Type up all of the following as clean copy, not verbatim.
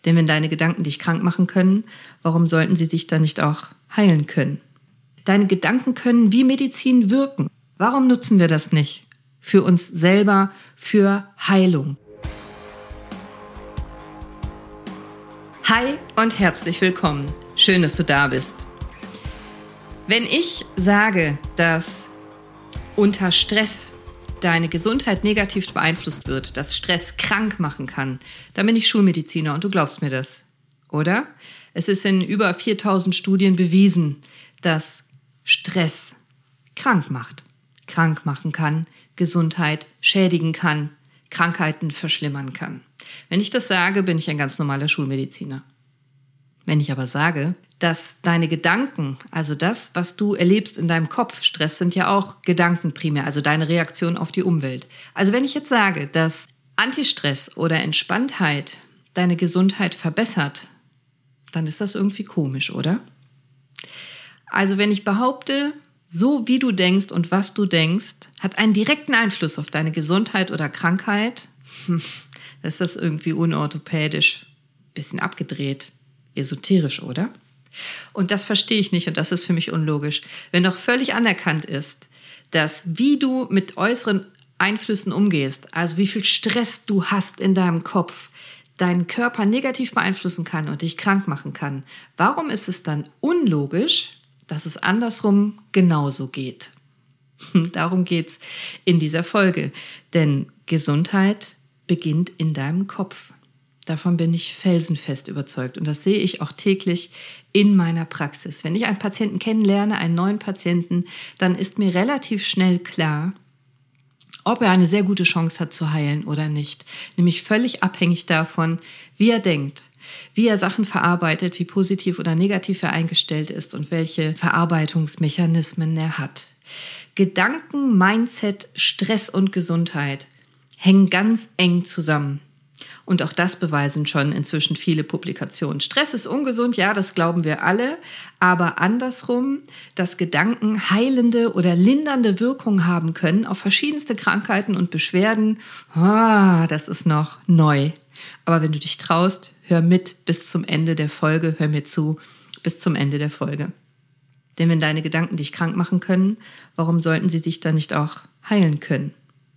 Denn wenn deine Gedanken dich krank machen können, warum sollten sie dich dann nicht auch heilen können? Deine Gedanken können wie Medizin wirken. Warum nutzen wir das nicht? Für uns selber, für Heilung. Hi und herzlich willkommen. Schön, dass du da bist. Wenn ich sage, dass unter Stress deine Gesundheit negativ beeinflusst wird, dass Stress krank machen kann, dann bin ich Schulmediziner und du glaubst mir das, oder? Es ist in über 4000 Studien bewiesen, dass Stress krank machen kann, Gesundheit schädigen kann, Krankheiten verschlimmern kann. Wenn ich das sage, bin ich ein ganz normaler Schulmediziner. Wenn ich aber sage, dass deine Gedanken, also das, was du erlebst in deinem Kopf, Stress sind ja auch Gedanken primär, also deine Reaktion auf die Umwelt. Also wenn ich jetzt sage, dass Antistress oder Entspanntheit deine Gesundheit verbessert, dann ist das irgendwie komisch, oder? Also wenn ich behaupte, so wie du denkst und was du denkst, hat einen direkten Einfluss auf deine Gesundheit oder Krankheit, dann ist das irgendwie unorthopädisch, bisschen abgedreht, esoterisch, oder? Und das verstehe ich nicht und das ist für mich unlogisch. Wenn doch völlig anerkannt ist, dass wie du mit äußeren Einflüssen umgehst, also wie viel Stress du hast in deinem Kopf, deinen Körper negativ beeinflussen kann und dich krank machen kann, warum ist es dann unlogisch, dass es andersrum genauso geht? Darum geht's in dieser Folge. Denn Gesundheit beginnt in deinem Kopf. Davon bin ich felsenfest überzeugt und das sehe ich auch täglich in meiner Praxis. Wenn ich einen Patienten kennenlerne, einen neuen Patienten, dann ist mir relativ schnell klar, ob er eine sehr gute Chance hat zu heilen oder nicht. Nämlich völlig abhängig davon, wie er denkt, wie er Sachen verarbeitet, wie positiv oder negativ er eingestellt ist und welche Verarbeitungsmechanismen er hat. Gedanken, Mindset, Stress und Gesundheit hängen ganz eng zusammen. Und auch das beweisen schon inzwischen viele Publikationen. Stress ist ungesund, ja, das glauben wir alle. Aber andersrum, dass Gedanken heilende oder lindernde Wirkung haben können auf verschiedenste Krankheiten und Beschwerden, das ist noch neu. Aber wenn du dich traust, hör mit bis zum Ende der Folge, hör mir zu bis zum Ende der Folge. Denn wenn deine Gedanken dich krank machen können, warum sollten sie dich dann nicht auch heilen können?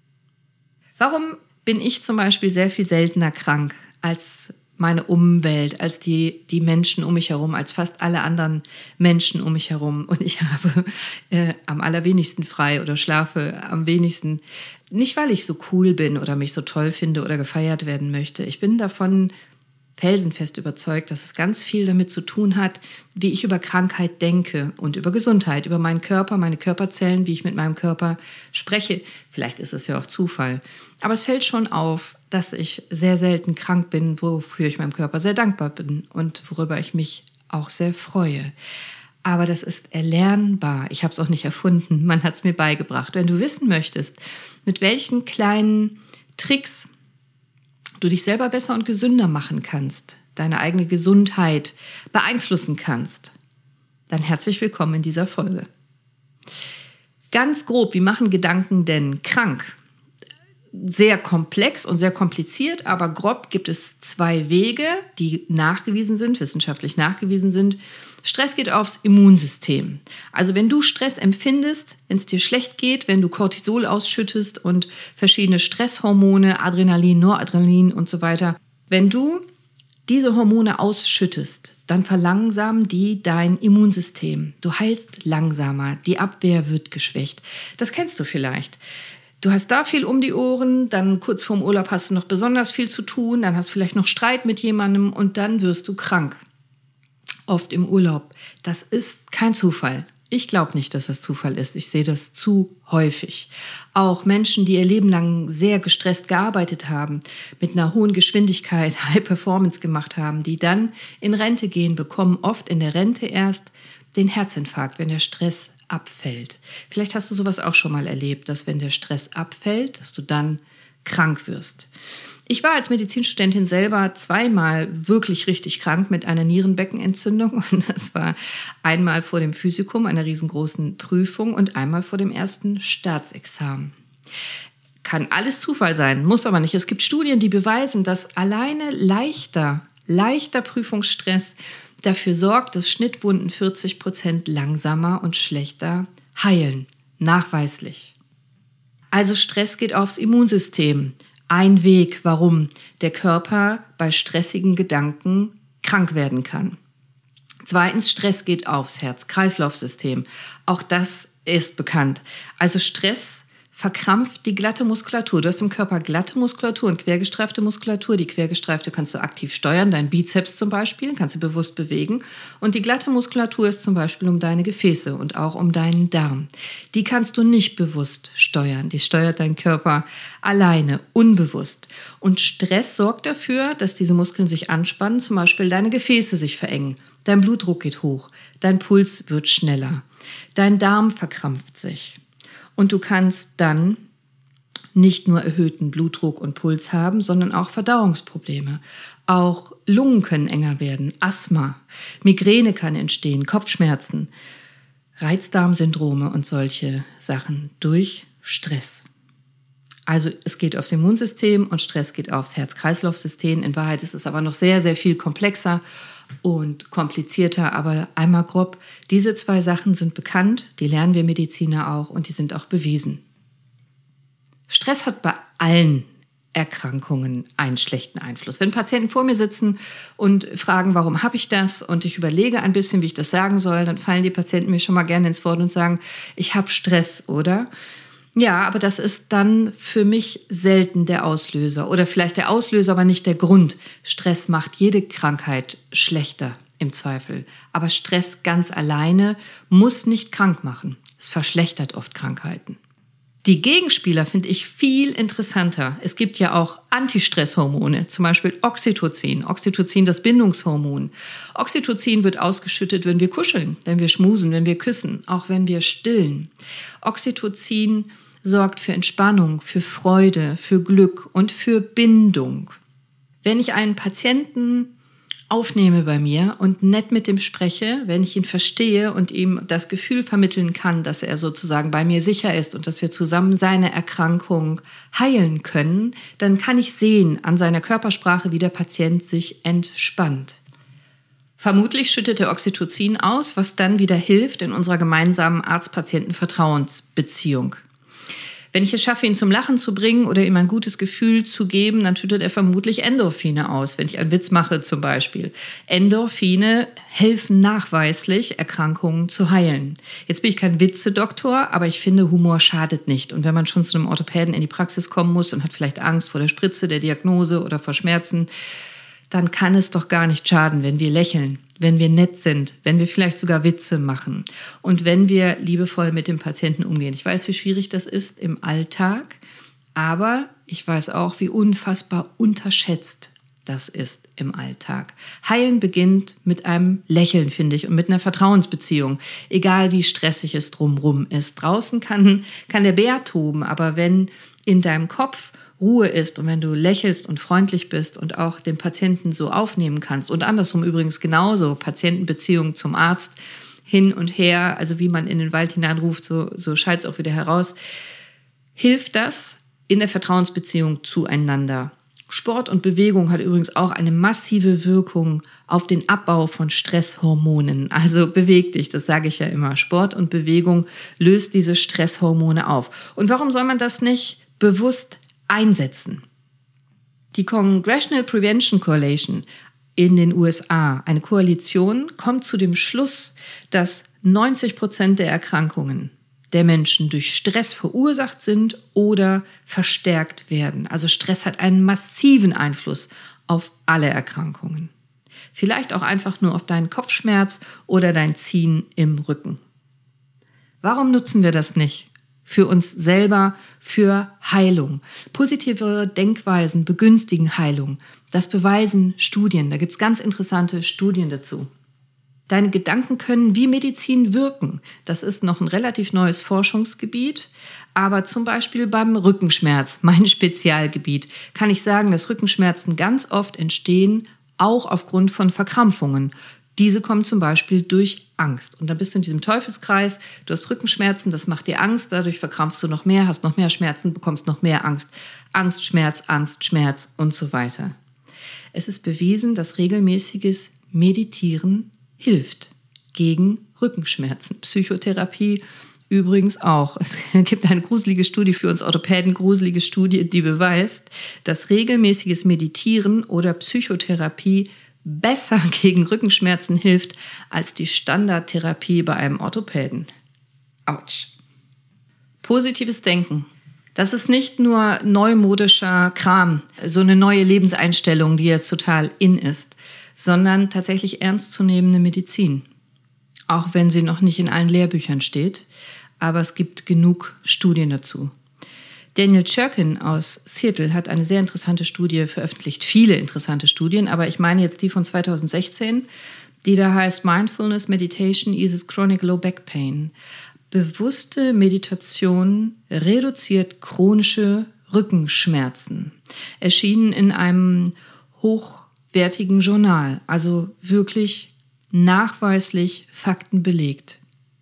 Warum bin ich zum Beispiel sehr viel seltener krank als meine Umwelt, als die Menschen um mich herum, als fast alle anderen Menschen um mich herum. Und ich habe am allerwenigsten frei oder schlafe am wenigsten. Nicht, weil ich so cool bin oder mich so toll finde oder gefeiert werden möchte. Ich bin davon felsenfest überzeugt, dass es ganz viel damit zu tun hat, wie ich über Krankheit denke und über Gesundheit, über meinen Körper, meine Körperzellen, wie ich mit meinem Körper spreche. Vielleicht ist es ja auch Zufall. Aber es fällt schon auf, dass ich sehr selten krank bin, wofür ich meinem Körper sehr dankbar bin und worüber ich mich auch sehr freue. Aber das ist erlernbar. Ich habe es auch nicht erfunden. Man hat es mir beigebracht. Wenn du wissen möchtest, mit welchen kleinen Tricks du dich selber besser und gesünder machen kannst, deine eigene Gesundheit beeinflussen kannst, dann herzlich willkommen in dieser Folge. Ganz grob, wie machen Gedanken denn krank? Sehr komplex und sehr kompliziert, aber grob gibt es 2 Wege, die nachgewiesen sind, wissenschaftlich nachgewiesen sind. Stress geht aufs Immunsystem. Also wenn du Stress empfindest, wenn es dir schlecht geht, wenn du Cortisol ausschüttest und verschiedene Stresshormone, Adrenalin, Noradrenalin und so weiter, wenn du diese Hormone ausschüttest, dann verlangsamen die dein Immunsystem. Du heilst langsamer, die Abwehr wird geschwächt. Das kennst du vielleicht. Du hast da viel um die Ohren, dann kurz vorm Urlaub hast du noch besonders viel zu tun, dann hast du vielleicht noch Streit mit jemandem und dann wirst du krank. Oft im Urlaub. Das ist kein Zufall. Ich glaube nicht, dass das Zufall ist. Ich sehe das zu häufig. Auch Menschen, die ihr Leben lang sehr gestresst gearbeitet haben, mit einer hohen Geschwindigkeit High Performance gemacht haben, die dann in Rente gehen, bekommen oft in der Rente erst den Herzinfarkt, wenn der Stress abfällt. Vielleicht hast du sowas auch schon mal erlebt, dass wenn der Stress abfällt, dass du dann krank wirst. Ich war als Medizinstudentin selber 2-mal wirklich richtig krank mit einer Nierenbeckenentzündung. Und das war einmal vor dem Physikum, einer riesengroßen Prüfung, und einmal vor dem ersten Staatsexamen. Kann alles Zufall sein, muss aber nicht. Es gibt Studien, die beweisen, dass alleine leichter Leichter Prüfungsstress dafür sorgt, dass Schnittwunden 40% langsamer und schlechter heilen. Nachweislich. Also Stress geht aufs Immunsystem. Ein Weg, warum der Körper bei stressigen Gedanken krank werden kann. Zweitens, Stress geht aufs Herz-Kreislauf-System. Auch das ist bekannt. Also Stress verkrampft die glatte Muskulatur. Du hast im Körper glatte Muskulatur und quergestreifte Muskulatur. Die quergestreifte kannst du aktiv steuern, dein Bizeps zum Beispiel, kannst du bewusst bewegen. Und die glatte Muskulatur ist zum Beispiel um deine Gefäße und auch um deinen Darm. Die kannst du nicht bewusst steuern. Die steuert dein Körper alleine, unbewusst. Und Stress sorgt dafür, dass diese Muskeln sich anspannen, zum Beispiel deine Gefäße sich verengen. Dein Blutdruck geht hoch, dein Puls wird schneller, dein Darm verkrampft sich. Und du kannst dann nicht nur erhöhten Blutdruck und Puls haben, sondern auch Verdauungsprobleme. Auch Lungen können enger werden, Asthma, Migräne kann entstehen, Kopfschmerzen, Reizdarmsyndrome und solche Sachen durch Stress. Also es geht aufs Immunsystem und Stress geht aufs Herz-Kreislauf-System. In Wahrheit ist es aber noch sehr, sehr viel komplexer und komplizierter, aber einmal grob, diese 2 Sachen sind bekannt, die lernen wir Mediziner auch und die sind auch bewiesen. Stress hat bei allen Erkrankungen einen schlechten Einfluss. Wenn Patienten vor mir sitzen und fragen, warum habe ich das und ich überlege ein bisschen, wie ich das sagen soll, dann fallen die Patienten mir schon mal gerne ins Wort und sagen, ich habe Stress, oder? Ja, aber das ist dann für mich selten der Auslöser oder vielleicht der Auslöser, aber nicht der Grund. Stress macht jede Krankheit schlechter im Zweifel. Aber Stress ganz alleine muss nicht krank machen. Es verschlechtert oft Krankheiten. Die Gegenspieler finde ich viel interessanter. Es gibt ja auch Antistresshormone, zum Beispiel Oxytocin. Oxytocin, das Bindungshormon. Oxytocin wird ausgeschüttet, wenn wir kuscheln, wenn wir schmusen, wenn wir küssen, auch wenn wir stillen. Oxytocin sorgt für Entspannung, für Freude, für Glück und für Bindung. Wenn ich einen Patienten aufnehme bei mir und nett mit ihm spreche, wenn ich ihn verstehe und ihm das Gefühl vermitteln kann, dass er sozusagen bei mir sicher ist und dass wir zusammen seine Erkrankung heilen können, dann kann ich sehen an seiner Körpersprache, wie der Patient sich entspannt. Vermutlich schüttet er Oxytocin aus, was dann wieder hilft in unserer gemeinsamen Arzt-Patienten-Vertrauensbeziehung. Wenn ich es schaffe, ihn zum Lachen zu bringen oder ihm ein gutes Gefühl zu geben, dann schüttet er vermutlich Endorphine aus, wenn ich einen Witz mache zum Beispiel. Endorphine helfen nachweislich, Erkrankungen zu heilen. Jetzt bin ich kein Witzedoktor, aber ich finde, Humor schadet nicht. Und wenn man schon zu einem Orthopäden in die Praxis kommen muss und hat vielleicht Angst vor der Spritze, der Diagnose oder vor Schmerzen, dann kann es doch gar nicht schaden, wenn wir lächeln, wenn wir nett sind, wenn wir vielleicht sogar Witze machen und wenn wir liebevoll mit dem Patienten umgehen. Ich weiß, wie schwierig das ist im Alltag, aber ich weiß auch, wie unfassbar unterschätzt das ist im Alltag. Heilen beginnt mit einem Lächeln, finde ich, und mit einer Vertrauensbeziehung, egal wie stressig es drumherum ist. Draußen kann der Bär toben, aber wenn in deinem Kopf Ruhe ist und wenn du lächelst und freundlich bist und auch den Patienten so aufnehmen kannst und andersrum übrigens genauso, Patientenbeziehung zum Arzt hin und her, also wie man in den Wald hineinruft, so schallt es auch wieder heraus, hilft das in der Vertrauensbeziehung zueinander. Sport und Bewegung hat übrigens auch eine massive Wirkung auf den Abbau von Stresshormonen. Also beweg dich, das sage ich ja immer. Sport und Bewegung löst diese Stresshormone auf. Und warum soll man das nicht bewusst einsetzen? Die Congressional Prevention Coalition in den USA, eine Koalition, kommt zu dem Schluss, dass 90% der Erkrankungen der Menschen durch Stress verursacht sind oder verstärkt werden. Also Stress hat einen massiven Einfluss auf alle Erkrankungen. Vielleicht auch einfach nur auf deinen Kopfschmerz oder dein Ziehen im Rücken. Warum nutzen wir das nicht? Für uns selber, für Heilung. Positive Denkweisen begünstigen Heilung. Das beweisen Studien. Da gibt es ganz interessante Studien dazu. Deine Gedanken können wie Medizin wirken. Das ist noch ein relativ neues Forschungsgebiet. Aber zum Beispiel beim Rückenschmerz, mein Spezialgebiet, kann ich sagen, dass Rückenschmerzen ganz oft entstehen, auch aufgrund von Verkrampfungen. Diese kommen zum Beispiel durch Angst. Und dann bist du in diesem Teufelskreis, du hast Rückenschmerzen, das macht dir Angst, dadurch verkrampfst du noch mehr, hast noch mehr Schmerzen, bekommst noch mehr Angst. Angst, Schmerz und so weiter. Es ist bewiesen, dass regelmäßiges Meditieren hilft gegen Rückenschmerzen. Psychotherapie übrigens auch. Es gibt eine gruselige Studie für uns Orthopäden, gruselige Studie, die beweist, dass regelmäßiges Meditieren oder Psychotherapie besser gegen Rückenschmerzen hilft als die Standardtherapie bei einem Orthopäden. Autsch. Positives Denken. Das ist nicht nur neumodischer Kram, so eine neue Lebenseinstellung, die jetzt total in ist, sondern tatsächlich ernstzunehmende Medizin. Auch wenn sie noch nicht in allen Lehrbüchern steht, aber es gibt genug Studien dazu. Daniel Cherkin aus Seattle hat eine sehr interessante Studie veröffentlicht, viele interessante Studien, aber ich meine jetzt die von 2016, die da heißt Mindfulness Meditation eases chronic low back pain. Bewusste Meditation reduziert chronische Rückenschmerzen. Erschienen in einem hochwertigen Journal, also wirklich nachweislich faktenbelegt.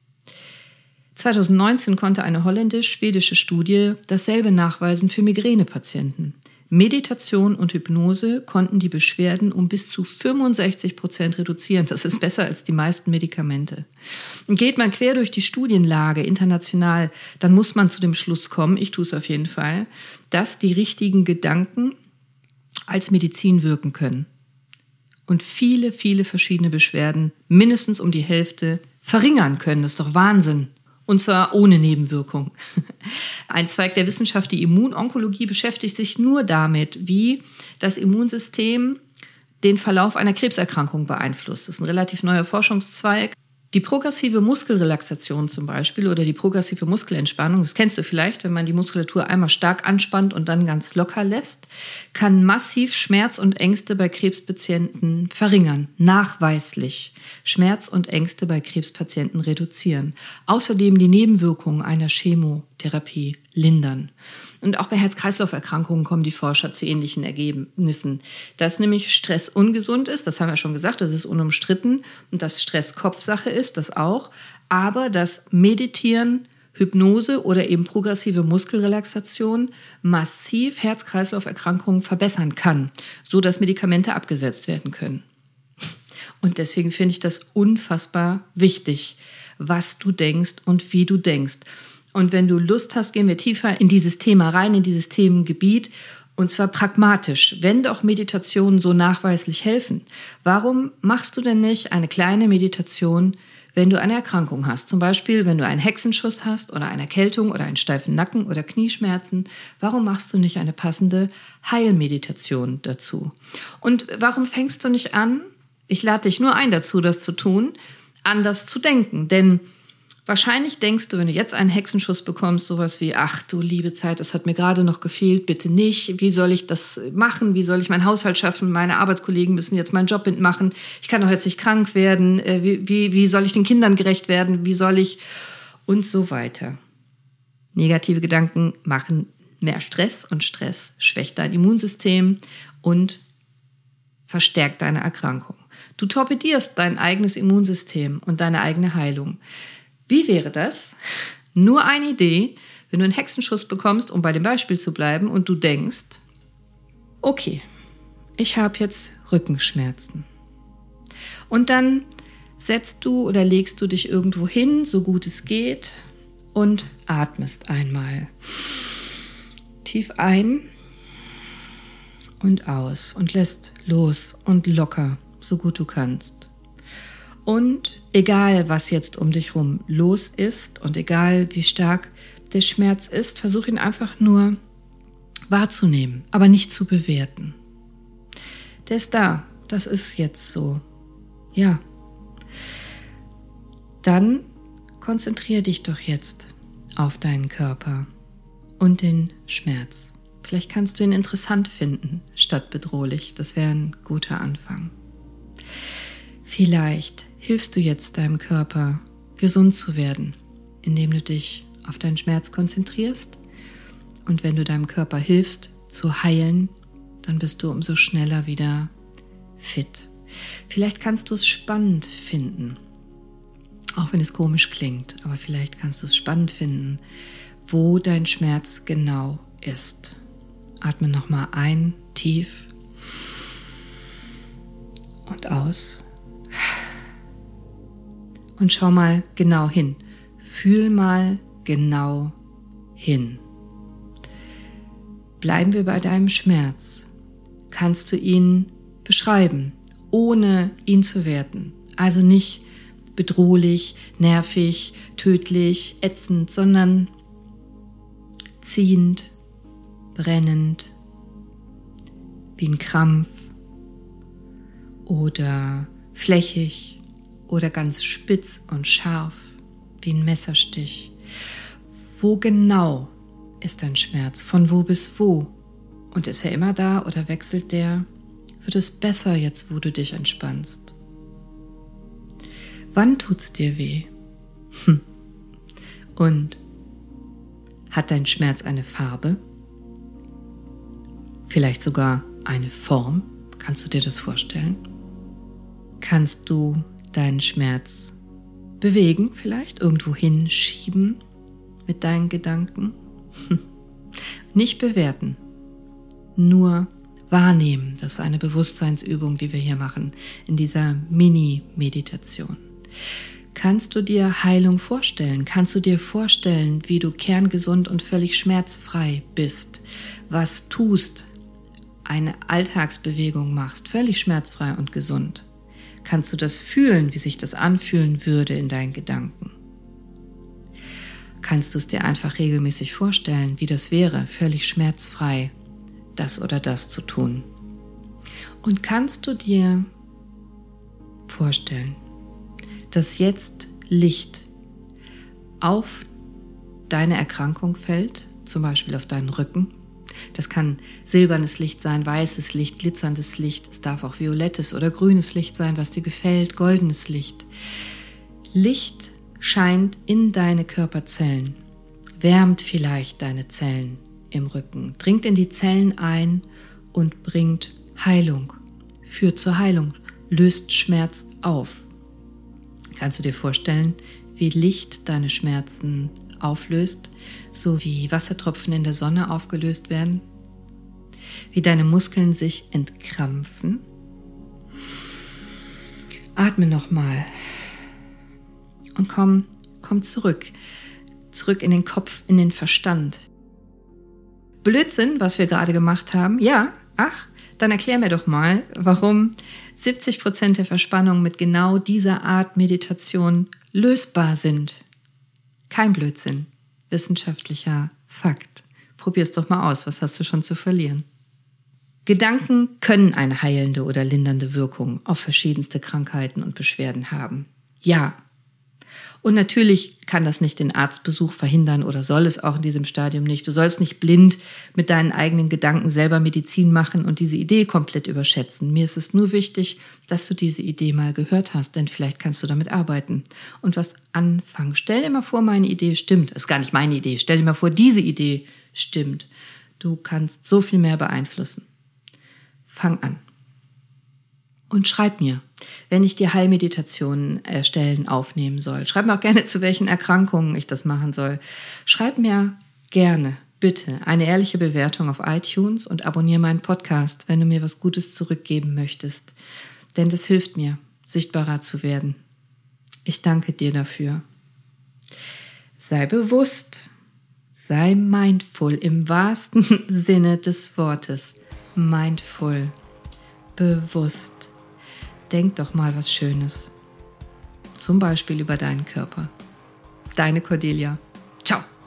2019 konnte eine holländisch-schwedische Studie dasselbe nachweisen für Migränepatienten. Meditation und Hypnose konnten die Beschwerden um bis zu 65% reduzieren. Das ist besser als die meisten Medikamente. Und geht man quer durch die Studienlage international, dann muss man zu dem Schluss kommen, ich tue es auf jeden Fall, dass die richtigen Gedanken als Medizin wirken können. Und viele, viele verschiedene Beschwerden, mindestens um die Hälfte, verringern können. Das ist doch Wahnsinn. Und zwar ohne Nebenwirkung. Ein Zweig der Wissenschaft, die Immunonkologie, beschäftigt sich nur damit, wie das Immunsystem den Verlauf einer Krebserkrankung beeinflusst. Das ist ein relativ neuer Forschungszweig. Die progressive Muskelrelaxation zum Beispiel oder die progressive Muskelentspannung, das kennst du vielleicht, wenn man die Muskulatur einmal stark anspannt und dann ganz locker lässt, kann massiv Schmerz und Ängste bei Krebspatienten verringern, nachweislich. Schmerz und Ängste bei Krebspatienten reduzieren. Außerdem die Nebenwirkungen einer Chemotherapie lindern. Und auch bei Herz-Kreislauf-Erkrankungen kommen die Forscher zu ähnlichen Ergebnissen. Dass nämlich Stress ungesund ist, das haben wir schon gesagt, das ist unumstritten. Und dass Stress Kopfsache ist, das auch. Aber dass Meditieren, Hypnose oder eben progressive Muskelrelaxation massiv Herz-Kreislauf-Erkrankungen verbessern kann, sodass Medikamente abgesetzt werden können. Und deswegen finde ich das unfassbar wichtig, was du denkst und wie du denkst. Und wenn du Lust hast, gehen wir tiefer in dieses Thema rein, in dieses Themengebiet, und zwar pragmatisch. Wenn doch Meditationen so nachweislich helfen, warum machst du denn nicht eine kleine Meditation, wenn du eine Erkrankung hast? Zum Beispiel, wenn du einen Hexenschuss hast oder eine Erkältung oder einen steifen Nacken oder Knieschmerzen. Warum machst du nicht eine passende Heilmeditation dazu? Und warum fängst du nicht an, ich lade dich nur ein dazu, das zu tun, anders zu denken? Denn wahrscheinlich denkst du, wenn du jetzt einen Hexenschuss bekommst, sowas wie, ach du liebe Zeit, das hat mir gerade noch gefehlt, bitte nicht. Wie soll ich das machen? Wie soll ich meinen Haushalt schaffen? Meine Arbeitskollegen müssen jetzt meinen Job mitmachen. Ich kann doch jetzt nicht krank werden. Wie soll ich den Kindern gerecht werden? Wie soll ich? Und so weiter. Negative Gedanken machen mehr Stress und Stress schwächt dein Immunsystem und verstärkt deine Erkrankung. Du torpedierst dein eigenes Immunsystem und deine eigene Heilung. Wie wäre das? Nur eine Idee, wenn du einen Hexenschuss bekommst, um bei dem Beispiel zu bleiben, und du denkst, okay, ich habe jetzt Rückenschmerzen. Und dann setzt du oder legst du dich irgendwo hin, so gut es geht, und atmest einmal. Tief ein und aus und lässt los und locker, so gut du kannst. Und egal, was jetzt um dich rum los ist und egal, wie stark der Schmerz ist, versuch ihn einfach nur wahrzunehmen, aber nicht zu bewerten. Der ist da, das ist jetzt so. Ja. Dann konzentriere dich doch jetzt auf deinen Körper und den Schmerz. Vielleicht kannst du ihn interessant finden, statt bedrohlich. Das wäre ein guter Anfang. Vielleicht hilfst du jetzt deinem Körper, gesund zu werden, indem du dich auf deinen Schmerz konzentrierst. Und wenn du deinem Körper hilfst, zu heilen, dann bist du umso schneller wieder fit. Vielleicht kannst du es spannend finden, auch wenn es komisch klingt, aber vielleicht kannst du es spannend finden, wo dein Schmerz genau ist. Atme nochmal ein, tief und aus. Und schau mal genau hin. Fühl mal genau hin. Bleiben wir bei deinem Schmerz. Kannst du ihn beschreiben, ohne ihn zu werten? Also nicht bedrohlich, nervig, tödlich, ätzend, sondern ziehend, brennend, wie ein Krampf oder flächig oder ganz spitz und scharf, wie ein Messerstich. Wo genau ist dein Schmerz? Von wo bis wo? Und ist er immer da oder wechselt der? Wird es besser jetzt, wo du dich entspannst? Wann tut's dir weh? Und hat dein Schmerz eine Farbe? Vielleicht sogar eine Form? Kannst du dir das vorstellen? Kannst du deinen Schmerz bewegen, vielleicht irgendwo hinschieben mit deinen Gedanken? Nicht bewerten, nur wahrnehmen. Das ist eine Bewusstseinsübung, die wir hier machen in dieser Mini-Meditation. Kannst du dir Heilung vorstellen? Kannst du dir vorstellen, wie du kerngesund und völlig schmerzfrei bist, was tust, eine Alltagsbewegung machst, völlig schmerzfrei und gesund? Kannst du das fühlen, wie sich das anfühlen würde in deinen Gedanken? Kannst du es dir einfach regelmäßig vorstellen, wie das wäre, völlig schmerzfrei das oder das zu tun? Und kannst du dir vorstellen, dass jetzt Licht auf deine Erkrankung fällt, zum Beispiel auf deinen Rücken? Das kann silbernes Licht sein, weißes Licht, glitzerndes Licht. Es darf auch violettes oder grünes Licht sein, was dir gefällt, goldenes Licht. Licht scheint in deine Körperzellen, wärmt vielleicht deine Zellen im Rücken, dringt in die Zellen ein und bringt Heilung, führt zur Heilung, löst Schmerz auf. Kannst du dir vorstellen, wie Licht deine Schmerzen auflöst, so wie Wassertropfen in der Sonne aufgelöst werden? Wie deine Muskeln sich entkrampfen? Atme nochmal und komm zurück in den Kopf, in den Verstand. Blödsinn, was wir gerade gemacht haben? Ja, dann erklär mir doch mal, warum 70% der Verspannungen mit genau dieser Art Meditation lösbar sind. Kein Blödsinn, wissenschaftlicher Fakt. Probier es doch mal aus, was hast du schon zu verlieren? Gedanken können eine heilende oder lindernde Wirkung auf verschiedenste Krankheiten und Beschwerden haben. Ja. Und natürlich kann das nicht den Arztbesuch verhindern oder soll es auch in diesem Stadium nicht. Du sollst nicht blind mit deinen eigenen Gedanken selber Medizin machen und diese Idee komplett überschätzen. Mir ist es nur wichtig, dass du diese Idee mal gehört hast, denn vielleicht kannst du damit arbeiten und was anfangen. Stell dir mal vor, meine Idee stimmt. Ist gar nicht meine Idee. Stell dir mal vor, diese Idee stimmt. Du kannst so viel mehr beeinflussen. Fang an. Und schreib mir, wenn ich dir Heilmeditationen erstellen, aufnehmen soll. Schreib mir auch gerne, zu welchen Erkrankungen ich das machen soll. Schreib mir gerne, bitte, eine ehrliche Bewertung auf iTunes und abonniere meinen Podcast, wenn du mir was Gutes zurückgeben möchtest. Denn das hilft mir, sichtbarer zu werden. Ich danke dir dafür. Sei bewusst, sei mindful im wahrsten Sinne des Wortes. Mindful, bewusst. Denk doch mal was Schönes. Zum Beispiel über deinen Körper. Deine Cordelia. Ciao.